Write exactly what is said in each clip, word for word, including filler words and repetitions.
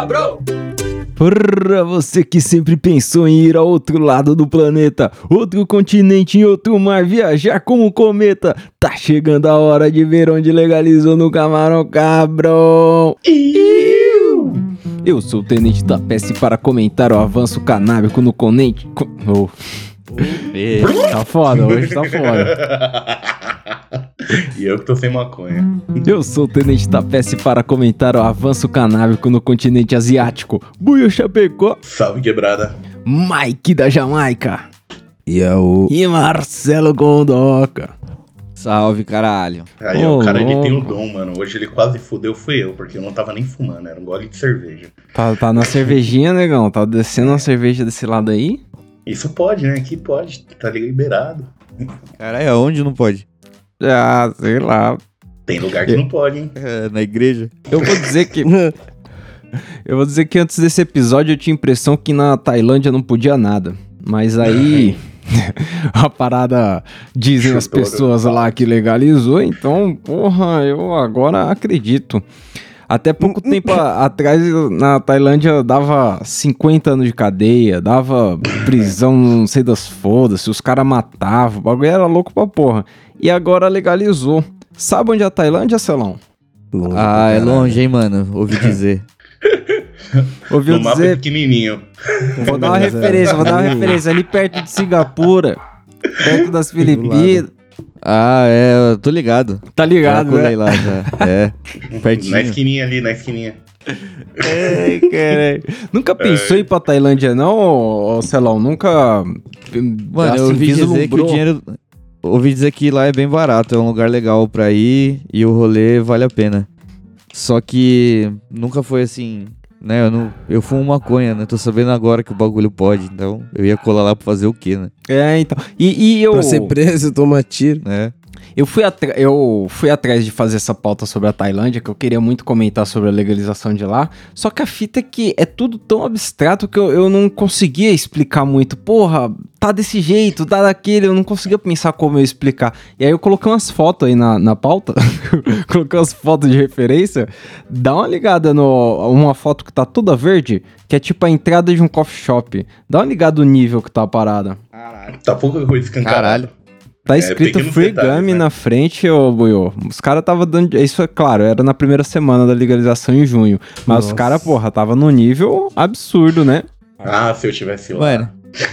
cabrão! Pra você que sempre pensou em ir ao outro lado do planeta, outro continente, em outro mar, viajar como um cometa, tá chegando a hora de ver onde legalizou no Camarão Cabrão. Eu sou o Tenente da P S para comentar o avanço canábico no continente. Oh. Oh. Tá foda, hoje tá foda. E eu que tô sem maconha. Eu sou o Tenente da P S para comentar o avanço canábico no continente asiático. Buio Chapecó. Salve, quebrada. Mike da Jamaica. E é o... E Marcelo Gondoca. Salve, caralho. Aí, Ô, o cara, ele louco. tem o dom, mano. Hoje ele quase fudeu, fui eu, porque eu não tava nem fumando, era um gole de cerveja. Tá, tá na cervejinha, negão? Tá descendo uma cerveja desse lado aí? Isso pode, né? Aqui pode, tá liberado. Caralho, aonde não pode? Ah, sei lá. Tem lugar que não pode, hein? É, na igreja. Eu vou dizer que... eu vou dizer que antes desse episódio eu tinha a impressão que na Tailândia não podia nada. Mas aí... a parada dizem as Chutou, pessoas né? lá que legalizou, então, porra, eu agora acredito. Até pouco tempo a- atrás na Tailândia dava cinquenta anos de cadeia, dava prisão não sei das fodas-se, os caras matavam, o bagulho era louco pra porra. E agora legalizou. Sabe onde é a Tailândia, Celão? Longe ah, é longe, hein, mano? Ouvi dizer. Ouviu No mapa é dizer? pequenininho. Vou dar uma referência, vou dar uma referência. Ali perto de Singapura, perto das Filipinas. Ah, é, eu tô ligado. Tá ligado, Já colei né? lá, já. É, Na pertinho. esquininha ali, na esquininha. Ai, caralho. Nunca pensou em ir pra Tailândia, não, ô, ô, Celão? Nunca. Mano, eu ouvi dizer que o dinheiro... Ouvi dizer que lá é bem barato, é um lugar legal pra ir e o rolê vale a pena. Só que nunca foi assim, né? Eu, não, eu fumo maconha, né? Tô sabendo agora que o bagulho pode, então eu ia colar lá pra fazer o quê, né? É, então. E, e eu. Pra ser preso, tomar tiro. É. Eu fui, atra- eu fui atrás de fazer essa pauta sobre a Tailândia, que eu queria muito comentar sobre a legalização de lá. Só que a fita é que é tudo tão abstrato que eu, eu não conseguia explicar muito. Porra, tá desse jeito, tá daquele. Eu não conseguia pensar como eu explicar. E aí eu coloquei umas fotos aí na, na pauta. Coloquei umas fotos de referência. Dá uma ligada no... Uma foto que tá toda verde, que é tipo a entrada de um coffee shop. Dá uma ligada no nível que tá a parada. Tá pouca coisa escancarada. Caralho. Tá É, escrito pequenos Free detalhes, Gummy né? na frente, ô Buiô. Os caras tava dando... Isso é claro, era na primeira semana da legalização em junho. Mas os Nossa. caras, porra, tava no nível absurdo, né? Ah, se eu tivesse lá. Mano,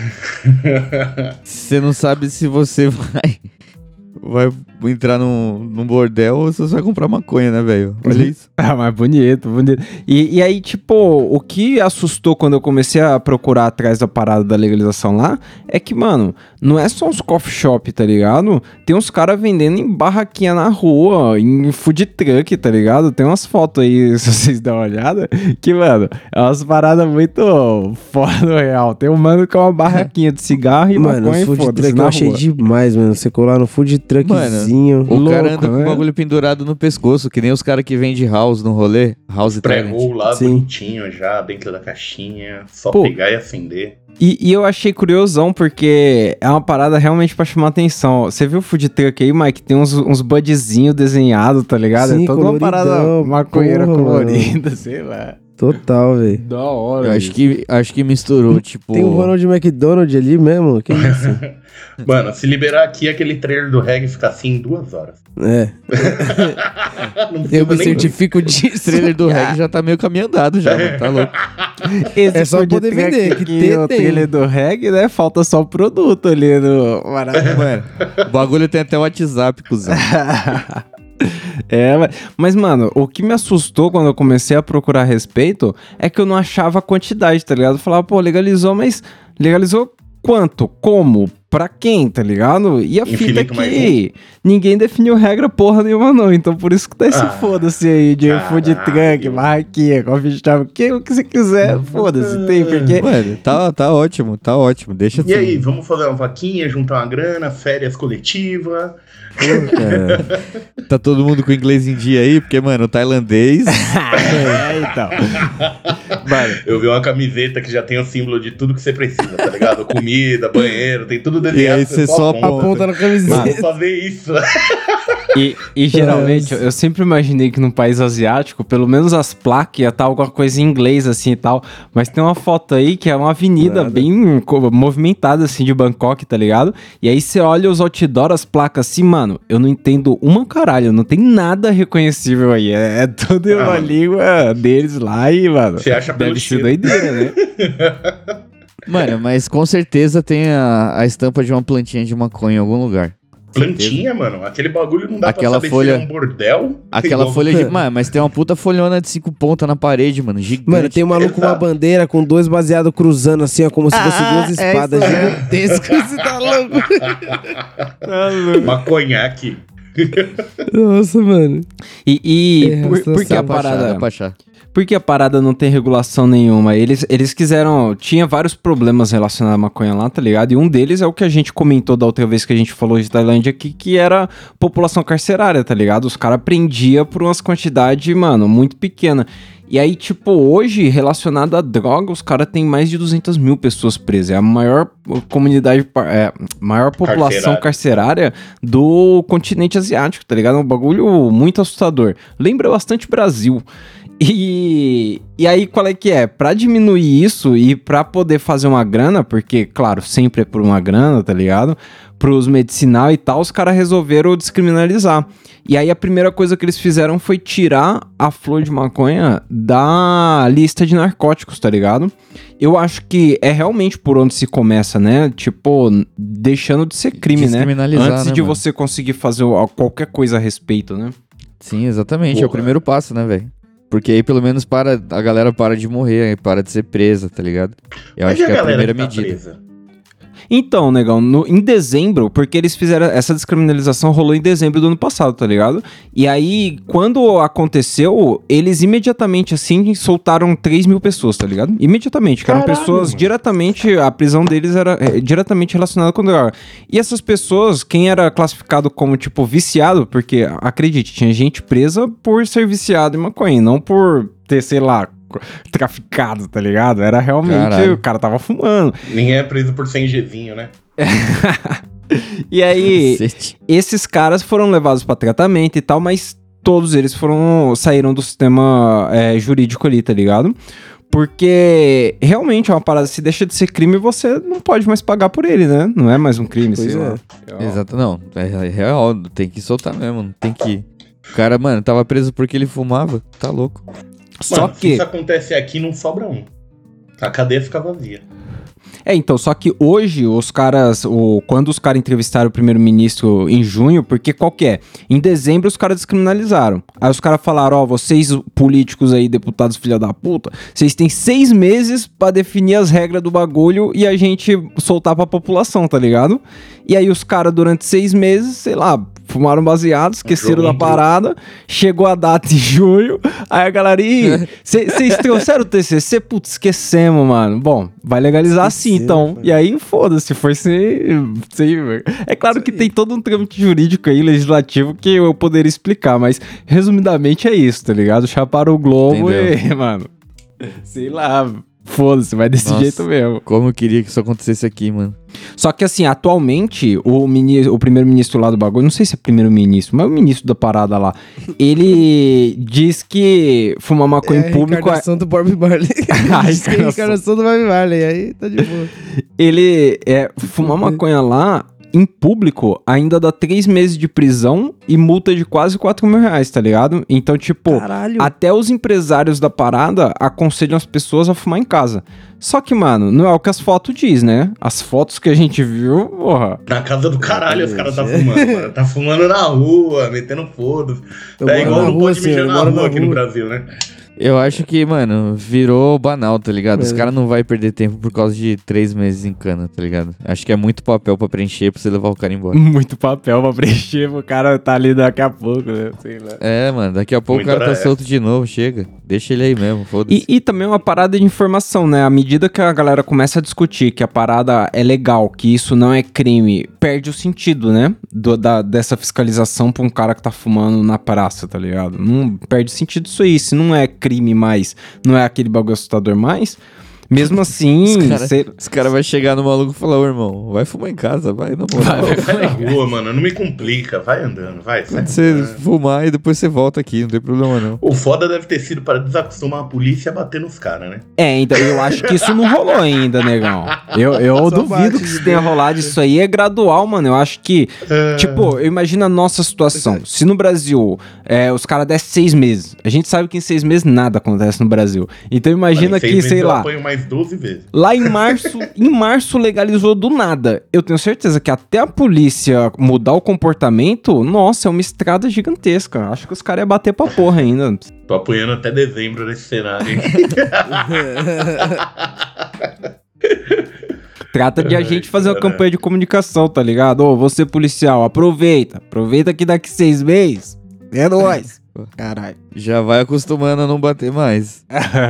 você não sabe se você vai... Vai entrar num, num bordel ou se você vai comprar maconha, né, velho? Olha isso. Ah, mas bonito, bonito. E, e aí, tipo, o que assustou quando eu comecei a procurar atrás da parada da legalização lá, é que, mano, não é só uns coffee shop, tá ligado? Tem uns caras vendendo em barraquinha na rua, em food truck, tá ligado? Tem umas fotos aí, se vocês dão uma olhada, que, mano, é umas paradas muito fora do real. Tem um mano com uma barraquinha de cigarro e Mano, maconha os e food foda-se truck na eu achei rua. demais, mano. Você colar no food truckzinho. O Louco, cara anda com né? o bagulho pendurado no pescoço, que nem os caras que vendem house no rolê. House Talent. Pré-roll lá, Sim. bonitinho já, dentro da caixinha. Só Pô. pegar e acender. E, e eu achei curiosão, porque é uma parada realmente pra chamar atenção. Você viu o food truck aí, Mike? Tem uns, uns budzinhos desenhados, tá ligado? Sim, é toda uma parada coloridão, maconheira porra, colorida, sei lá. Total, velho. Da hora. Eu acho que, acho que misturou, tipo... Tem o Ronald McDonald ali mesmo. Que isso? Mano, se liberar aqui, aquele trailer do reggae fica assim em duas horas. É. Não Eu me nem- certifico O disso. trailer do reggae já tá meio caminho andado já, mano. Tá louco. Esse É só food poder truck vender, que aqui, ter, o tem. trailer do reggae, né? Falta só o produto ali no... Mano, o bagulho tem até o WhatsApp, cuzão. É, mas- mas, mano, o que me assustou quando eu comecei a procurar a respeito é que eu não achava a quantidade, tá ligado? Eu falava, pô, legalizou, mas legalizou quanto? Como? Pra quem, tá ligado? E a fita é Infinito mais que ninguém definiu regra porra nenhuma, não. Então por isso que tá esse Ah, foda-se aí de food truck, caralho. barraquinha, coffee shop, o que, o que você quiser, foda-se, tem, porque... Mano, tá, tá ótimo, tá ótimo. Deixa E assim. aí, vamos fazer uma vaquinha, juntar uma grana, férias coletivas. Tá todo mundo com inglês em dia aí, porque, mano, o tailandês. é, então. Mano, Eu vi uma camiseta que já tem o símbolo de tudo que você precisa, tá ligado? Comida, banheiro, tem tudo E desenhado. aí você só aponta. Aponta na Eu camiseta. vou fazer isso. E, e geralmente, eu sempre imaginei que num país asiático, pelo menos as placas ia estar alguma coisa em inglês, assim, e tal. Mas tem uma foto aí que é uma avenida Nada. bem movimentada, assim, de Bangkok, tá ligado? E aí você olha os outdoor, as placas assim, mano, eu não entendo uma caralho, não tem nada reconhecível aí. É, é tudo ah, uma língua deles lá e, mano, você acha deve ser doideira, né? Mano, mas com certeza tem a, a estampa de uma plantinha de maconha em algum lugar. Plantinha, mano? Aquele bagulho não dá aquela pra saber folha, se é um bordel. Aquela igual... folha de... Mano, mas tem uma puta folhona de cinco pontas na parede, mano, gigante. Mano, tem um maluco com uma bandeira com dois baseados cruzando assim, ó, como se fossem ah, duas espadas é gigantescas. Você tá louco? Tá louco. Maconhaque. Nossa, mano. E, e é, por, por que a parada... Porque a parada não tem regulação nenhuma. Eles, eles quiseram... Tinha vários problemas relacionados à maconha lá, tá ligado? E um deles é o que a gente comentou da outra vez que a gente falou de Tailândia aqui, que era população carcerária, tá ligado? Os caras prendiam por umas quantidades, mano, muito pequena. E aí, tipo, hoje, relacionado à droga, os caras têm mais de duzentas mil pessoas presas. É a maior comunidade, é, maior população carcerária do continente asiático, tá ligado? É um bagulho muito assustador. Lembra bastante Brasil. E, e aí, qual é que é? Pra diminuir isso e pra poder fazer uma grana, porque, claro, sempre é por uma grana, tá ligado? Pros medicinal e tal, os caras resolveram descriminalizar. E aí, a primeira coisa que eles fizeram foi tirar a flor de maconha da lista de narcóticos, tá ligado? Eu acho que é realmente por onde se começa, né? Tipo, deixando de ser crime, né? Antes né, de mano? você conseguir fazer qualquer coisa a respeito, né? Sim, exatamente. Porra. É o primeiro passo, né, velho? Porque aí pelo menos para, a galera para de morrer, aí para de ser presa, tá ligado? Eu Mas acho que é a primeira que tá medida. Presa? Então, negão, no, em dezembro, porque eles fizeram essa descriminalização, rolou em dezembro do ano passado, tá ligado? E aí, quando aconteceu, eles imediatamente, assim, soltaram três mil pessoas, tá ligado? Imediatamente, que eram Caralho, pessoas mano. diretamente, a prisão deles era é, diretamente relacionada com droga. E essas pessoas, quem era classificado como, tipo, viciado, porque, acredite, tinha gente presa por ser viciado em maconha, não por ter, sei lá, traficado, tá ligado? Era realmente, Caralho. o cara tava fumando. Ninguém é preso por cem Gzinho, né? E aí, esses caras foram levados pra tratamento e tal, mas todos eles foram saíram do sistema é, jurídico ali, tá ligado? Porque realmente é uma parada, se deixa de ser crime, você não pode mais pagar por ele, né? Não é mais um crime, pois sei é. lá. Exato, não. É real, tem que soltar mesmo, não tem que... O cara, mano, tava preso porque ele fumava, tá louco. Mano, só que... se isso acontece aqui, não sobra um. A cadeia fica vazia. É, então, só que hoje os caras, o, quando os caras entrevistaram o primeiro-ministro em junho, porque qual que é? Em dezembro os caras descriminalizaram. Aí os caras falaram, ó, vocês políticos aí, deputados filha da puta, vocês têm seis meses pra definir as regras do bagulho e a gente soltar pra população, tá ligado? E aí os caras durante seis meses, sei lá, fumaram baseado, esqueceram da parada, chegou a data em junho, aí a galera, vocês trouxeram o T C C? Putz, esquecemos, mano. Bom, vai legalizar assim, então. E aí, foda-se, foi sem... sem... É claro que tem todo um trâmite jurídico aí, legislativo, que eu poderia explicar, mas resumidamente é isso, tá ligado? Chaparam o globo e, mano, sei lá... Foda-se, vai desse Nossa, jeito mesmo. Como eu queria que isso acontecesse aqui, mano. Só que assim, atualmente, o, mini, o primeiro-ministro lá do bagulho, não sei se é primeiro-ministro, mas é o ministro da parada lá, ele diz que fumar maconha é em público... É a encarnação do Bob Marley. Diz que é a encarnação do Bob Marley, aí tá de boa. Ele, é, fumar maconha lá... em público, ainda dá três meses de prisão e multa de quase quatro mil reais, tá ligado? Então, tipo, Caralho. até os empresários da parada aconselham as pessoas a fumar em casa. Só que, mano, não é o que as fotos diz, né? As fotos que a gente viu, porra... Na casa do caralho os caras tá fumando, mano. Tá fumando na rua, metendo foda-se. É igual não pode mijar na rua aqui no Brasil, né? Eu acho que, mano, virou banal, tá ligado? É. Os caras não vão perder tempo por causa de três meses em cana, tá ligado? Acho que é muito papel pra preencher pra você levar o cara embora. Muito papel pra preencher, o cara tá ali daqui a pouco, né? Sei lá. É, mano, daqui a pouco Muito o cara tá essa. solto de novo, chega. Deixa ele aí mesmo, foda-se. E, e também uma parada de informação, né? À medida que a galera começa a discutir que a parada é legal, que isso não é crime, perde o sentido, né? Do, da, dessa fiscalização pra um cara que tá fumando na praça, tá ligado? Não perde sentido isso aí. Se não é crime mais, não é aquele bagulho assustador mais, Mesmo assim... Os caras cê... cara vão chegar no maluco e falar, ô irmão, vai fumar em casa, vai na moral. Vai, vai na rua, mano, não me complica, vai andando, vai. Pode você fumar e depois você volta aqui, não tem problema não. O foda deve ter sido para desacostumar a polícia a bater nos caras, né? É, então, eu acho que isso não rolou ainda, negão. Eu, eu duvido que isso tenha rolado, isso aí é gradual, mano. Eu acho que, é... tipo, eu imagino a nossa situação. Se no Brasil é, os caras dessem seis meses, a gente sabe que em seis meses nada acontece no Brasil. Então imagina que, sei lá... Eu apanho mais doze vezes. Lá em março, em março legalizou do nada. Eu tenho certeza que até a polícia mudar o comportamento, nossa, é uma estrada gigantesca. Acho que os caras iam bater pra porra ainda. Tô apoiando até dezembro nesse cenário, hein? Trata de a gente fazer uma campanha de comunicação, tá ligado? Ô, você policial, aproveita. Aproveita que daqui seis meses é nóis. Caralho. Já vai acostumando a não bater mais.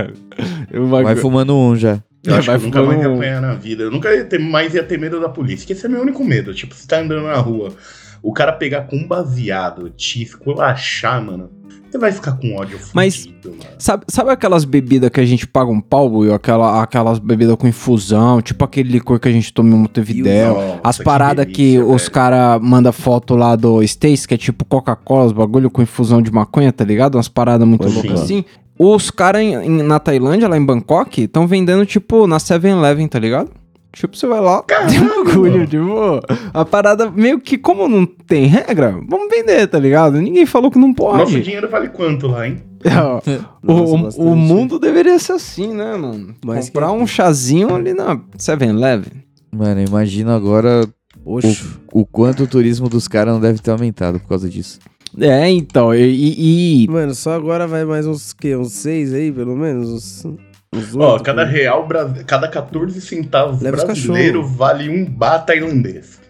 Vai Vai fumando um já. Eu acho vai que eu nunca mais ia um... apanhar na vida. Eu nunca ia ter, mais ia ter medo da polícia. Que esse é meu único medo. Tipo, você tá andando na rua, o cara pegar com um baseado, te esculachar, mano. Você vai ficar com ódio fudido, Mas, mano. Sabe, sabe aquelas bebidas que a gente paga um pau, Will? Aquela, aquelas bebidas com infusão, tipo aquele licor que a gente toma em Montevidéu. Nossa, as que paradas que, delícia, os velho. caras mandam foto lá do Stace, que é tipo Coca-Cola, os bagulho com infusão de maconha, tá ligado? Umas paradas muito Sim. loucas assim. Os caras na Tailândia, lá em Bangkok, estão vendendo tipo na seven eleven, tá ligado? Tipo, você vai lá, tem um bagulho, tipo, a parada meio que, como não tem regra, vamos vender, tá ligado? Ninguém falou que não pode. Nosso dinheiro vale quanto lá, hein? o, Nossa, o, o mundo deveria ser assim, né, mano? Mas Comprar que- um chazinho ali na seven eleven. Mano, imagina agora Oxe. o, o quanto o turismo dos caras não deve ter aumentado por causa disso. É, então, e... e- e- Mano, só agora vai mais uns, que, uns seis aí, pelo menos? Uns, uns Ó, oito, cada né? real, bra- cada quatorze centavos Leva os brasileiro cachorro. vale um bar tailandês.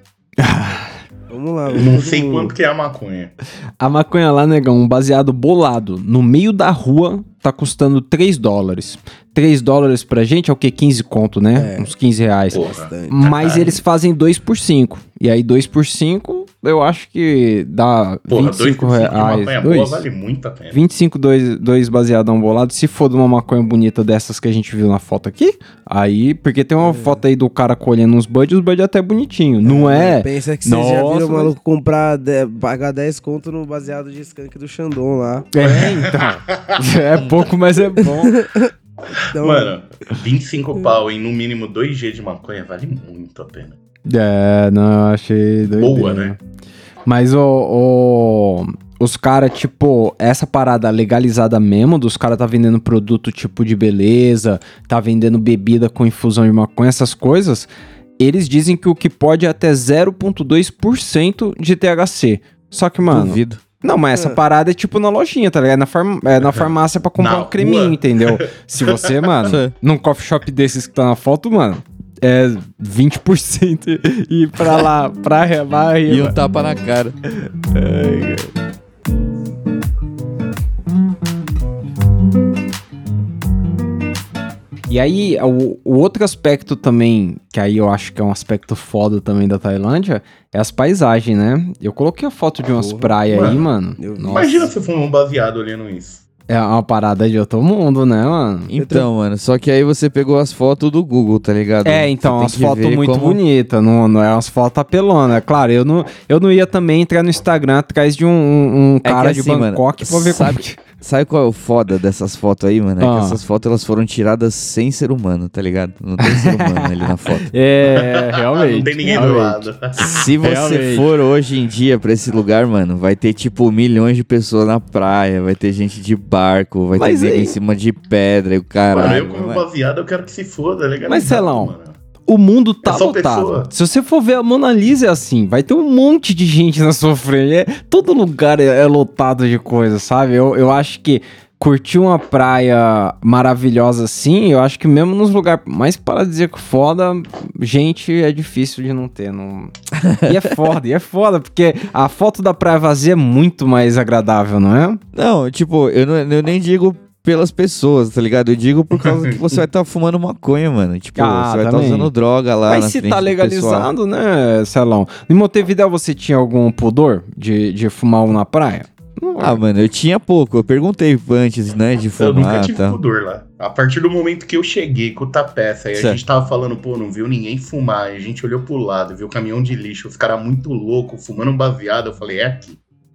Vamos lá. Eu vamos não todo sei mundo. quanto que é a maconha. A maconha lá, negão, um baseado bolado, no meio da rua, tá custando três dólares. três dólares pra gente é o quê? quinze conto, né? É. Uns quinze reais. Porra. Bastante. Mas eles fazem dois por cinco. E aí dois por cinco, eu acho que dá Porra, vinte e cinco dois por cento de reais. maconha boa dois. vale muito a pena. vinte e cinco, dois, dois baseadão bolado. Se for de uma maconha bonita dessas que a gente viu na foto aqui, aí... Porque tem uma foto aí do cara colhendo uns buds, os buds até bonitinho. Não é? Pensa que vocês já Nossa, viram o mas- maluco comprar, de- pagar dez conto no baseado de skunk do Xandão lá. É, então. É pouco, mas é bom. Então, Mano, vinte e cinco pau em no mínimo dois G de maconha vale muito a pena. É, não, eu achei doideira. Boa, né? Mas o, o- os caras, tipo, essa parada legalizada mesmo, dos caras tá vendendo produto tipo de beleza, tá vendendo bebida com infusão de maconha, essas coisas, eles dizem que o que pode é até zero vírgula dois por cento de T H C. Só que, mano... Duvido. Não, mas essa parada é tipo na lojinha, tá ligado? É na, farm... é na farmácia pra comprar Na um creminho, rua. entendeu? Se você, mano, Sim. num coffee shop desses que tá na foto, mano, é vinte por cento e ir pra lá, pra remar e... E um tapa na cara. E aí, o, o outro aspecto também, que aí eu acho que é um aspecto foda também da Tailândia, é as paisagens, né? Eu coloquei a foto de umas Porra. praias aí, Mano, mano. eu vi. Nossa, Imagina você fumar um baseado olhando isso. é uma parada de outro mundo, né, mano? Então, mano, só que aí você pegou as fotos do Google, tá ligado? É, então, Você umas tem que fotos ver muito como- bonitas, não, não é umas fotos apelonas. É claro, eu não, eu não ia também entrar no Instagram atrás de um, um, um É que cara de assim, mano, Bangkok pra ver sabe- como que... Sabe qual é o foda dessas fotos aí, mano? É Ah. que essas fotos elas foram tiradas sem ser humano, tá ligado? Não tem ser humano ali na foto. É, realmente. Não tem ninguém do realmente. lado. Se você Realmente. for hoje em dia pra esse lugar, mano, vai ter tipo milhões de pessoas na praia, vai ter gente de barco, vai Mas ter nego aí- em cima de pedra e o Mano, caralho. eu como mano. baseado, eu quero que se foda, legal. Mas, Celão, O mundo tá É só lotado. pessoa. Se você for ver a Mona Lisa é assim, vai ter um monte de gente na sua frente. É, todo lugar é, é lotado de coisa, sabe? Eu, eu acho que curtir uma praia maravilhosa assim, eu acho que mesmo nos lugares mais paradisíacos foda, gente é difícil de não ter. Não... E é foda, e é foda, porque a foto da praia vazia é muito mais agradável, não é? Não, tipo, eu, não, eu nem digo pelas pessoas, tá ligado? Eu digo por causa que você vai estar fumando maconha, mano. Tipo, Ah, você vai estar também. usando droga lá Mas na se frente tá do pessoal. legalizado, né, Celão? Em Montevidéu você tinha algum pudor de, de fumar um na praia? Ah, mano, eu tinha pouco. Eu perguntei antes, né, de fumar. Eu nunca tive tá. pudor lá. A partir do momento que eu cheguei com o tapeça e a certo. gente tava falando, pô, não viu ninguém fumar. A gente olhou pro lado, viu o caminhão de lixo, os caras muito loucos, fumando um baseado. Eu falei, é aqui.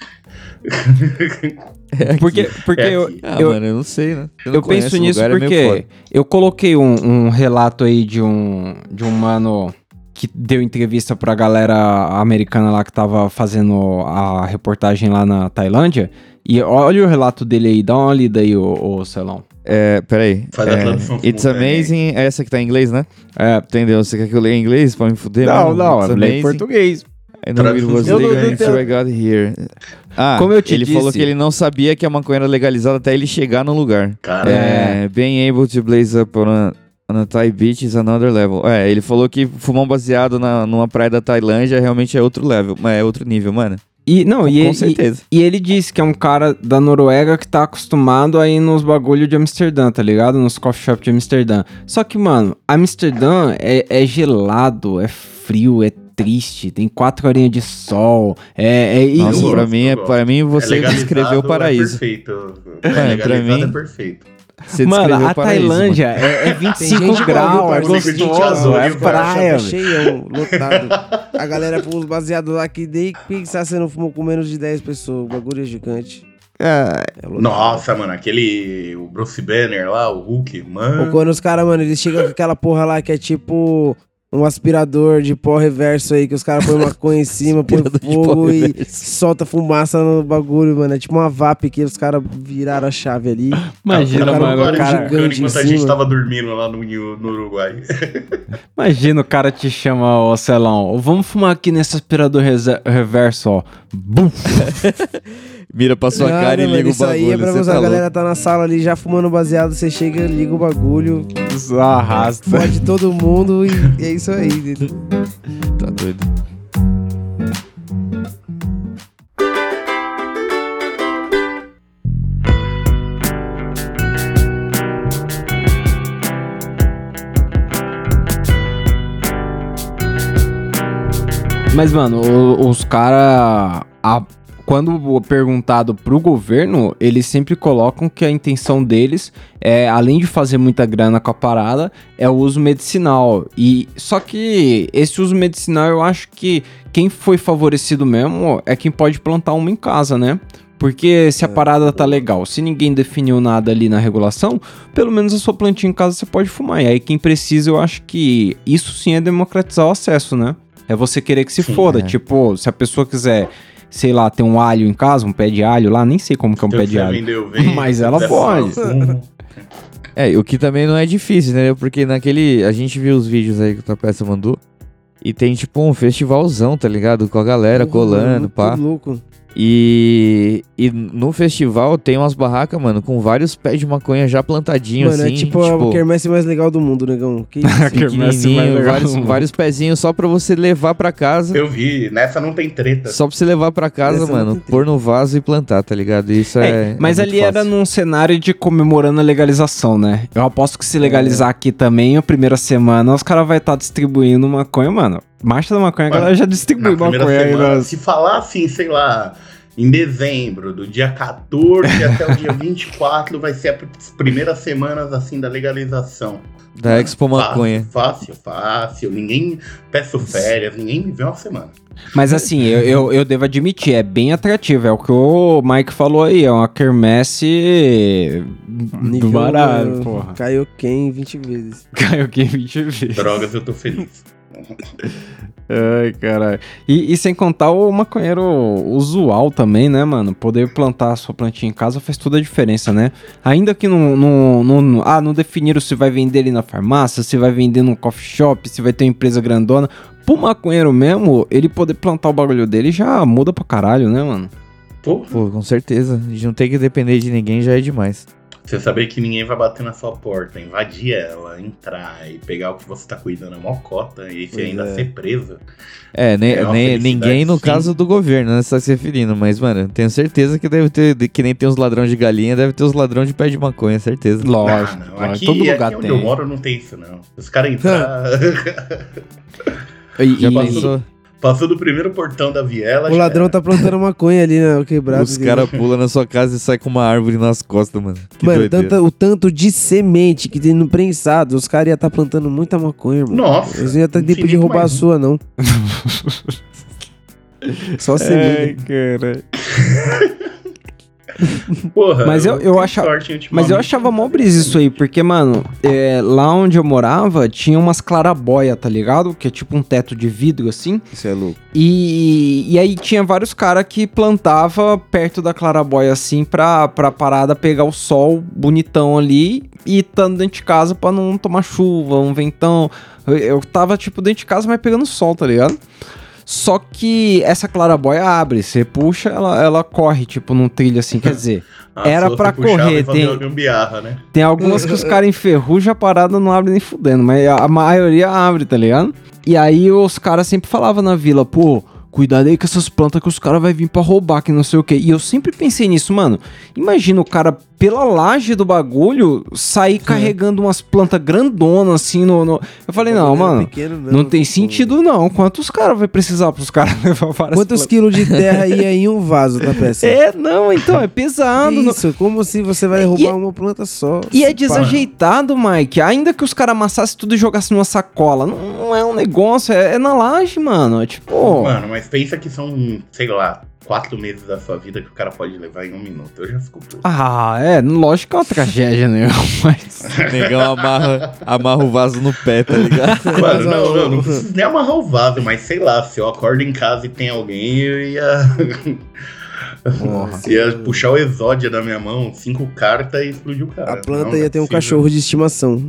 É aqui. Porque, porque É eu, aqui. Ah, eu, mano, eu não sei, né? Eu, não eu conheço penso o nisso lugar, é meio porque foda. eu coloquei um, um relato aí de um, de um mano que deu entrevista pra galera americana lá que tava fazendo a reportagem lá na Tailândia. E olha o relato dele aí, dá uma lida aí, ô, ô Celão. É, peraí. Faz a é, tradução It's simultânea amazing. É essa que tá em inglês, né? É, Entendeu? Você quer que eu leia em inglês pra me fuder? não, mano? não, It's eu leio em amazing. português. I know it was Eu não- legal não until tenho- I got here. Ah, Como eu te ele disse- falou que ele não sabia que a maconha era legalizada até ele chegar no lugar. Cara, É, being able to blaze up on a, on a Thai beach is another level. É, ele falou que fumar um baseado na, numa praia da Tailândia realmente é outro level, é outro nível, mano. E, não, Com, e, com e- certeza. E ele disse que é um cara da Noruega que tá acostumado a ir nos bagulho de Amsterdã, tá ligado? Nos coffee shop de Amsterdã. Só que, mano, Amsterdã é, é gelado, é frio, é triste, tem quatro horinhas de sol. É, é, e- Nossa, eu pra gosto, mim, eu é, gosto. pra mim você legalizado, descreveu o paraíso. É perfeito. É, É, pra legalizado mim- é perfeito. Você Mano, descreveu a o paraíso, Tailândia é, é vinte e Tem cinco gente graus, é bagulho, parceiro, que a gente gostoso, adora, é e o praia. É cheião, lotado. A galera fuma uns baseados lá que nem pensar você não fumou com menos de dez pessoas. O bagulho é gigante. É, É lotado. Nossa, mano, aquele. O Bruce Banner lá, o Hulk, mano. Ou quando os caras, mano, eles chegam com aquela porra lá que é tipo um aspirador de pó reverso aí, que os caras põem maconha em cima, põe Aspirador de pó fogo e reverso. solta fumaça no bagulho, mano. É tipo uma V A P que os caras viraram a chave ali. imagina, cara, mano, um o cara, gigante enquanto em a gente cima. tava dormindo lá no, no Uruguai. imagina o cara te chama, ô Celão, vamos fumar aqui nesse aspirador rese- reverso, ó. Bum. Mira pra sua Não, cara e mano, liga o isso aí bagulho. é pra você você. tá A galera louco. tá na sala ali já fumando baseado, você chega, liga o bagulho, Arrasta. fode todo mundo e é isso aí. Tá doido. Mas, mano, o- os caras. Quando perguntado pro governo, eles sempre colocam que a intenção deles é, além de fazer muita grana com a parada, é o uso medicinal. E só que esse uso medicinal, eu acho que quem foi favorecido mesmo é quem pode plantar uma em casa, né? Porque se a parada tá legal, se ninguém definiu nada ali na regulação, pelo menos a sua plantinha em casa você pode fumar. E aí quem precisa, eu acho que isso sim é democratizar o acesso, né? É você querer que se Sim, foda. é. Tipo, se a pessoa quiser, sei lá, ter um alho em casa, um pé de alho lá, nem sei como que é um Se pé eu de quiser alho. vender, eu vendo. Mas Se eu ela quiser pode. fumar, eu fumo. É, o que também não é difícil, né? Porque naquele. A gente viu os vídeos aí que o Tapeça mandou. E tem tipo um festivalzão, tá ligado? Com a galera colando, muito pá. louco. E, e no festival tem umas barracas, mano, com vários pés de maconha já plantadinhos, Mano, assim. é tipo, a quermesse mais legal do mundo, negão. Que isso? quermesse mais pequenininho, legal vários, do mundo. vários pezinhos só pra você levar pra casa. Eu vi, nessa não tem treta. Só pra você levar pra casa, Essa não mano, tem pôr no vaso e plantar, tá ligado? Isso é. É, mas é ali muito era fácil. num cenário de comemorando a legalização, né? Eu aposto que se legalizar aqui também, a primeira semana, os caras vão estar distribuindo maconha, mano. Marcha da maconha, a Mano, galera já distribui Na primeira maconha aí. semana, nas- se falar assim, sei lá, em dezembro, do dia quatorze até o dia vinte e quatro, vai ser as primeiras semanas assim da legalização. Da Expo Maconha. Fácil, fácil, fácil. Ninguém peço férias, ninguém me vê uma semana. Mas assim, eu, eu, eu devo admitir, é bem atrativo. É o que o Mike falou aí, é uma quermesse do Nível, baralho, mano, porra. Caiu quem vinte vezes. Caiu aqui vinte vezes. Drogas, eu tô feliz. Ai, caralho. E, e sem contar o maconheiro usual também, né, mano? Poder plantar a sua plantinha em casa faz toda a diferença, né? Ainda que não, não, não, não- ah, não definiram se vai vender ali na farmácia, se vai vender num coffee shop, se vai ter uma empresa grandona. Pro maconheiro mesmo, ele poder plantar o bagulho dele já muda pra caralho, né, mano? Pô, Pô, com certeza. A gente não tem que depender de ninguém já é demais. você saber que ninguém vai bater na sua porta, invadir ela, entrar e pegar o que você tá cuidando é mó cota, e você Pois ainda é. ser preso. É, nem, É uma nem, felicidade, ninguém no sim. caso do governo, né? Você tá se referindo, mas, mano, tenho certeza que deve ter, que nem tem os ladrões de galinha, deve ter os ladrões de pé de maconha, certeza. Lógico. Ah, não, lógico. aqui, Todo lugar aqui onde tem. eu moro não tem isso, não. Os caras entrar... E- Já e- pensou? Passou do primeiro portão da viela. O ladrão tá plantando maconha ali, né? O quebrado. Os caras pulam na sua casa e saem com uma árvore nas costas, mano. Que mano, tanto, o tanto de semente que tem no prensado, os caras iam estar tá plantando muita maconha, mano. Nossa. Eles não iam ter tempo de roubar mais. A sua, não. Só semente. Ai, cara. Porra, mas eu, eu, achava, mas eu achava mó brisa isso aí, porque, mano, é, lá onde eu morava tinha umas clarabóia, tá ligado? Que é tipo um teto de vidro, assim. Isso é louco. E, e aí tinha vários caras que plantava perto da clarabóia, assim, pra, pra parada pegar o sol bonitão ali e estando dentro de casa pra não tomar chuva, um ventão. Eu, eu tava, tipo, dentro de casa, mas pegando sol, tá ligado? Só que essa clarabóia abre, você puxa, ela, ela corre, tipo, num trilho assim, quer dizer, ah, era pra correr, tem, gambiarra, né? Tem algumas que os caras enferrujam, a parada não abre nem fudendo, mas a maioria abre, tá ligado? E aí os caras sempre falavam na vila, pô, cuidado aí com essas plantas que os caras vão vir pra roubar, que não sei o que. E eu sempre pensei nisso, mano, imagina o cara pela laje do bagulho sair carregando umas plantas grandonas assim no... no... Eu falei, não, mano, pequeno, não, não tem pô. sentido não. Quantos caras vai precisar pros caras levar várias Quantos plantas? Quilos de terra ia em um vaso da peça? É, não, então, é pesado. Isso, no... como assim você vai roubar e uma planta só? E é desajeitado, Mike. Ainda que os caras amassassem tudo e jogassem numa sacola, não, não é um negócio, é, é na laje, mano. É tipo... Mano, mas pensa que são, sei lá, quatro meses da sua vida que o cara pode levar em um minuto. Eu já fico puto. Ah, é, lógico que é uma tragédia, né? Mas... Negão amarra, amarra o vaso no pé, tá ligado? Mano, não, não, não preciso nem amarrar o vaso, mas sei lá, se eu acordo em casa e tem alguém, eu ia... Nossa, ia puxar o exódia da minha mão, cinco cartas e explodir o cara. A planta não, ia ter um cachorro de estimação.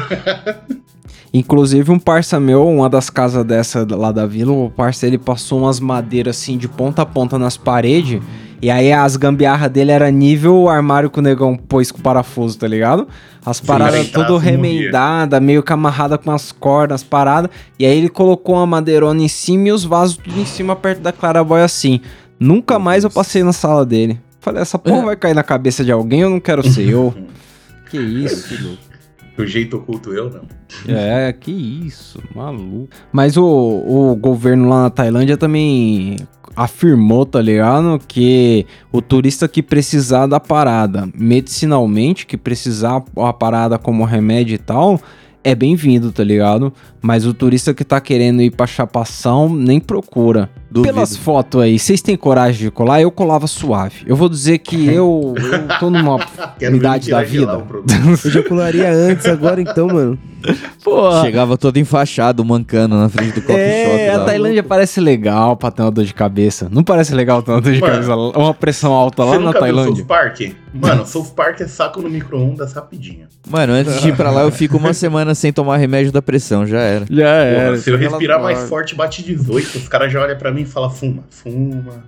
Inclusive um parça meu, uma das casas dessa lá da vila, o parça ele passou umas madeiras assim de ponta a ponta nas paredes, e aí as gambiarras dele era nível armário que o negão pôs com parafuso, tá ligado? As paradas tudo remendada, meio que amarrada com as cordas, paradas, e aí ele colocou uma madeirona em cima e os vasos tudo em cima perto da clarabóia assim. Nunca mais eu passei na sala dele. Falei, essa porra vai cair na cabeça de alguém, eu não quero ser eu. Que isso, que louco. Do jeito oculto eu, não. É, que isso, maluco. Mas o, o governo lá na Tailândia também afirmou, tá ligado? Que o turista que precisar da parada medicinalmente, que precisar a parada como remédio e tal, é bem-vindo, tá ligado? Mas o turista que tá querendo ir pra chapação, nem procura. Duvido. Pelas fotos aí, vocês têm coragem de colar? Eu colava suave. Eu vou dizer que eu, eu tô numa idade da vida. Eu já colaria antes, agora então, mano. Porra. Chegava todo enfaixado, mancando na frente do coffee é, shop. É, a Tailândia parece legal pra ter uma dor de cabeça. Não parece legal ter uma dor de mano, cabeça, uma pressão alta lá na Tailândia. South Park? Mano, South Park é saco no micro-ondas rapidinho. Mano, antes de ir pra lá, eu fico uma semana sem tomar remédio da pressão, já era. Já era. Porra, se eu respirar mais forte, bate dezoito, os caras já olham pra mim e falam, fuma, fuma.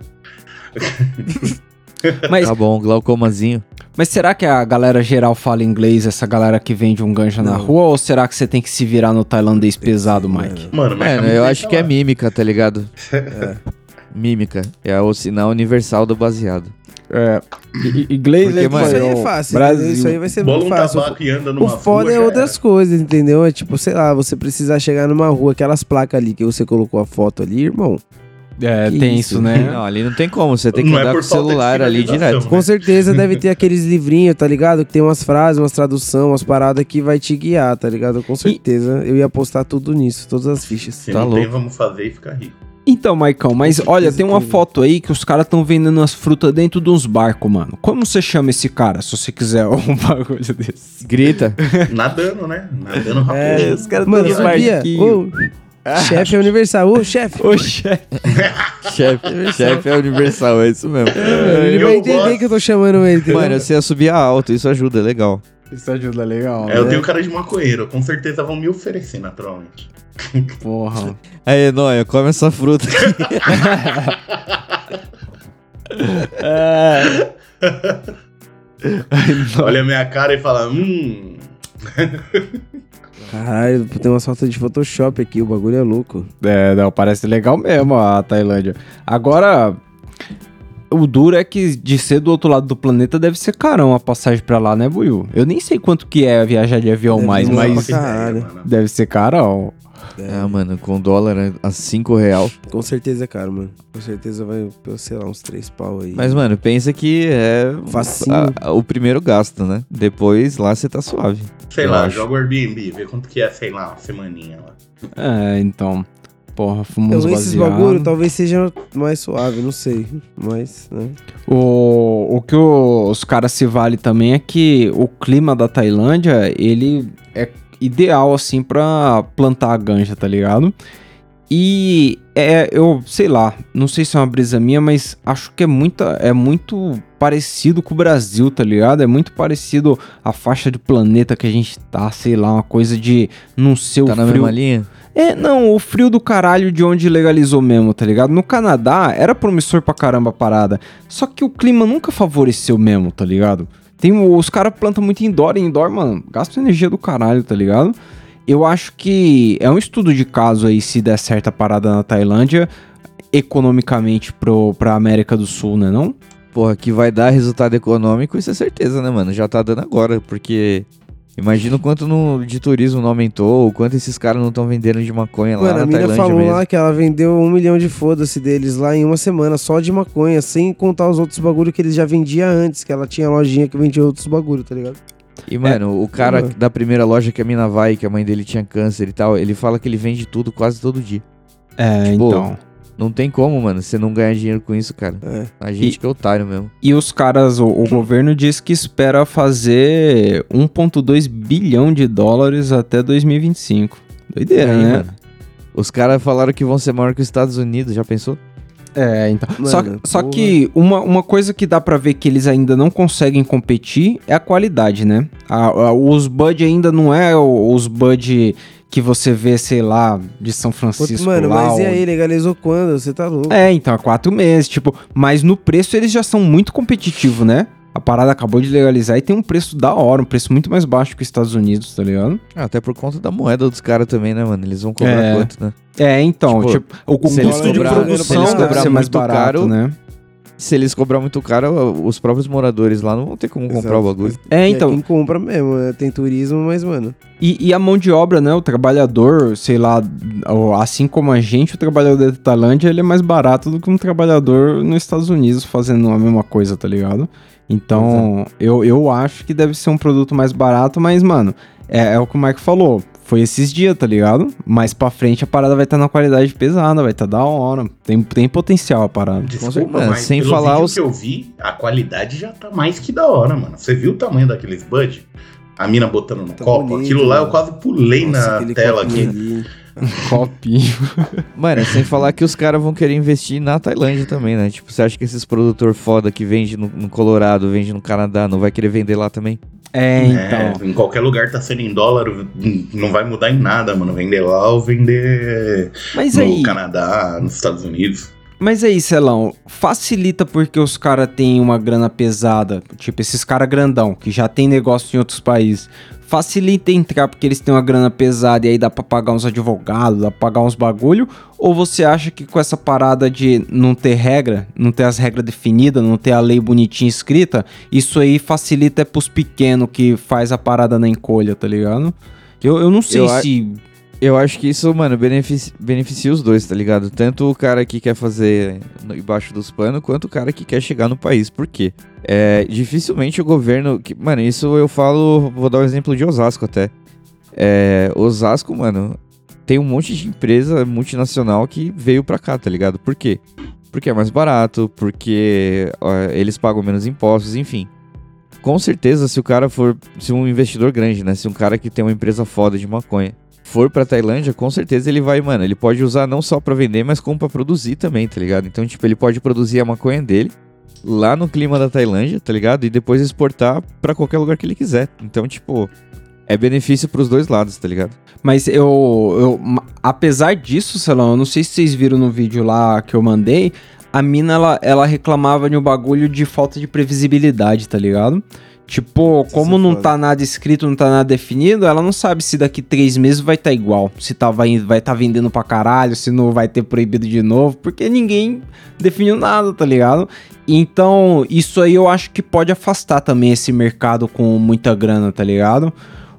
Mas, tá bom, glaucomazinho. Mas será que a galera geral fala inglês, essa galera que vende um ganja não. na rua, ou será que você tem que se virar no tailandês pesado, Mike? Mano, mas é, eu acho que é mímica, tá ligado? É. Mímica. É o sinal universal do baseado. É, I, inglês é, isso aí é fácil. Brasil. Isso aí vai ser muito fácil. Um e anda numa o foda rua, é outras era. coisas, entendeu? É tipo, sei lá, você precisar chegar numa rua, aquelas placas ali que você colocou a foto ali, irmão. É, que tem isso, isso, né? Não, ali não tem como, você tem que não andar é com o celular ali direto. Né? Com certeza deve ter aqueles livrinhos, tá ligado? Que tem umas frases, umas traduções, umas paradas que vai te guiar, tá ligado? Com certeza. E... eu ia postar tudo nisso, todas as fichas. Se tá não louco. tem, vamos fazer e ficar rico. Então, Maicão, mas olha, tem uma foto aí que os caras estão vendendo as frutas dentro de uns barcos, mano. Como você chama esse cara, se você quiser um bagulho desse? Grita. Nadando, né? Nadando rápido. É, os caras estão nos barquinhos. Chefe é universal, ô chefe. Ô chefe. Chefe chefe é universal, é isso mesmo. É, ele vai entender gosto. que eu tô chamando ele. Entendeu? Mano, você ia subir alto, isso ajuda, é legal. Isso ajuda, legal. É, né? Eu tenho cara de maconheiro, com certeza vão me oferecer naturalmente. Porra. Aí, Noia, come essa fruta aqui. é. Olha a minha cara e fala, hum... Caralho, tem uma sorte de Photoshop aqui, o bagulho é louco. É, não, parece legal mesmo a Tailândia. Agora, o duro é que de ser do outro lado do planeta deve ser carão a passagem pra lá, né, Buiu? Eu nem sei quanto que é viajar de avião deve mais, mas caralho. deve ser carão. É, mano, com dólar a cinco real. Com certeza é caro, mano. Com certeza vai, sei lá, uns três pau aí. Mas, mano, pensa que é facinho. A, a, o primeiro gasto, né? Depois lá você tá suave. Sei lá, acho. Joga o Airbnb, vê quanto que é, sei lá, uma semaninha lá. É, então... Porra, fumamos então, esses baseado. bagulho talvez seja mais suave, não sei. Mas, né? O, o que o, os caras se vale também é que o clima da Tailândia, ele é ideal, assim, pra plantar a ganja, tá ligado? E é, eu, sei lá, não sei se é uma brisa minha, mas acho que é, muita, é muito parecido com o Brasil, tá ligado? É muito parecido a faixa de planeta que a gente tá, sei lá, uma coisa de não ser o frio... Tá na mesma linha? É, não, o frio do caralho de onde legalizou mesmo, tá ligado? No Canadá era promissor pra caramba a parada, só que o clima nunca favoreceu mesmo, tá ligado? Tem, os caras plantam muito indoor, e indoor, mano, gasta energia do caralho, tá ligado? Eu acho que é um estudo de caso aí se der certa parada na Tailândia, economicamente pro, pra América do Sul, né não? Porra, que vai dar resultado econômico, isso é certeza, né, mano? Já tá dando agora, porque... Imagina o quanto no, de turismo não aumentou, o quanto esses caras não estão vendendo de maconha mano, lá na Tailândia mesmo. Tailândia Mano, a mina falou mesmo. lá que ela vendeu um milhão de foda-se deles lá em uma semana, só de maconha, sem contar os outros bagulho que eles já vendiam antes, que ela tinha lojinha que vendia outros bagulho, tá ligado? E, mano, é, o cara uhum. da primeira loja que a mina vai, que a mãe dele tinha câncer e tal, ele fala que ele vende tudo quase todo dia. É, tipo, então... Não tem como, mano, você não ganhar dinheiro com isso, cara. É. A gente e, que é otário mesmo. E os caras, o, o governo diz que espera fazer um vírgula dois bilhão de dólares até dois mil e vinte e cinco. Doideira, aí, né? Mano, os caras falaram que vão ser maior que os Estados Unidos, já pensou? É, então. Mano, só só que uma, uma coisa que dá pra ver que eles ainda não conseguem competir é a qualidade, né? A, a, os Bud ainda não é os Bud que você vê, sei lá, de São Francisco. Outro, mano, lá, mas ou... e aí, legalizou quando? Você tá louco? É, então, há quatro meses, tipo, mas no preço eles já são muito competitivos, né? A parada acabou de legalizar e tem um preço da hora, um preço muito mais baixo que os Estados Unidos, tá ligado? Ah, até por conta da moeda dos caras também, né, mano? Eles vão cobrar É. quanto, né? É, então, tipo, Tipo, o, o se eles custo de cobrar- produção se eles deve cobrar ser mais muito barato, caro, né? Se eles cobrar muito caro, os próprios moradores lá não vão ter como comprar o bagulho. É, E então, quem compra mesmo, né? Tem turismo, mas, mano... E, e a mão de obra, né? O trabalhador, sei lá, assim como a gente, o trabalhador da Tailândia, ele é mais barato do que um trabalhador nos Estados Unidos fazendo a mesma coisa, tá ligado? Então, eu, eu acho que deve ser um produto mais barato, mas, mano, é, é o que o Mike falou. Foi esses dias, tá ligado? Mais pra frente a parada vai estar tá na qualidade pesada, vai estar tá da hora. Tem, tem potencial a parada. Desculpa, mano, mas sem pelo falar vídeo os- que eu vi, a qualidade já tá mais que da hora, mano. Você viu o tamanho daqueles Bud? A mina botando no Tá copo? bonito, Aquilo lá mano. eu quase pulei Nossa, na aquele tela copinho aqui. ali. Copinho. Mano, sem falar que os caras vão querer investir na Tailândia também, né? Tipo, você acha que esses produtor foda que vende no, no Colorado, vende no Canadá, não vai querer vender lá também? É, É, então. em qualquer lugar tá sendo em dólar, não vai mudar em nada, mano. Vender lá ou vender Mas no aí, Canadá, nos Estados Unidos. mas aí, Celão, facilita porque os caras têm uma grana pesada, tipo esses caras grandão, que já tem negócio em outros países. Facilita entrar porque eles têm uma grana pesada e aí dá pra pagar uns advogados, dá pra pagar uns bagulho? Ou você acha que com essa parada de não ter regra, não ter as regras definidas, não ter a lei bonitinha escrita, isso aí facilita é pros pequenos que faz a parada na encolha, tá ligado? Eu, eu não sei Eu a- se... Eu acho que isso, mano, beneficia, beneficia os dois, tá ligado? Tanto o cara que quer fazer no- embaixo dos panos, quanto o cara que quer chegar no país. Por quê? É, dificilmente o governo... Que, mano, isso eu falo... Vou dar um exemplo de Osasco até. É, Osasco, mano, tem um monte de empresa multinacional que veio pra cá, tá ligado? Por quê? Porque é mais barato, porque ó, eles pagam menos impostos, enfim. Com certeza, se o cara for... Se um investidor grande, né? Se um cara que tem uma empresa foda de maconha for pra Tailândia, com certeza ele vai, mano, ele pode usar não só pra vender, mas como pra produzir também, tá ligado? Então, tipo, ele pode produzir a maconha dele lá no clima da Tailândia, tá ligado? E depois exportar pra qualquer lugar que ele quiser. Então, tipo, é benefício pros dois lados, tá ligado? Mas eu, eu ma- apesar disso, Celão, eu não sei se vocês viram no vídeo lá que eu mandei, a mina, ela, ela reclamava de um bagulho de falta de previsibilidade, tá ligado? Tipo, como não tá nada escrito, não tá nada definido, ela não sabe se daqui três meses vai tá igual. Se tá, vai vai tá vendendo pra caralho, se não vai ter proibido de novo, porque ninguém definiu nada, tá ligado? Então, isso aí eu acho que pode afastar também esse mercado com muita grana, tá ligado?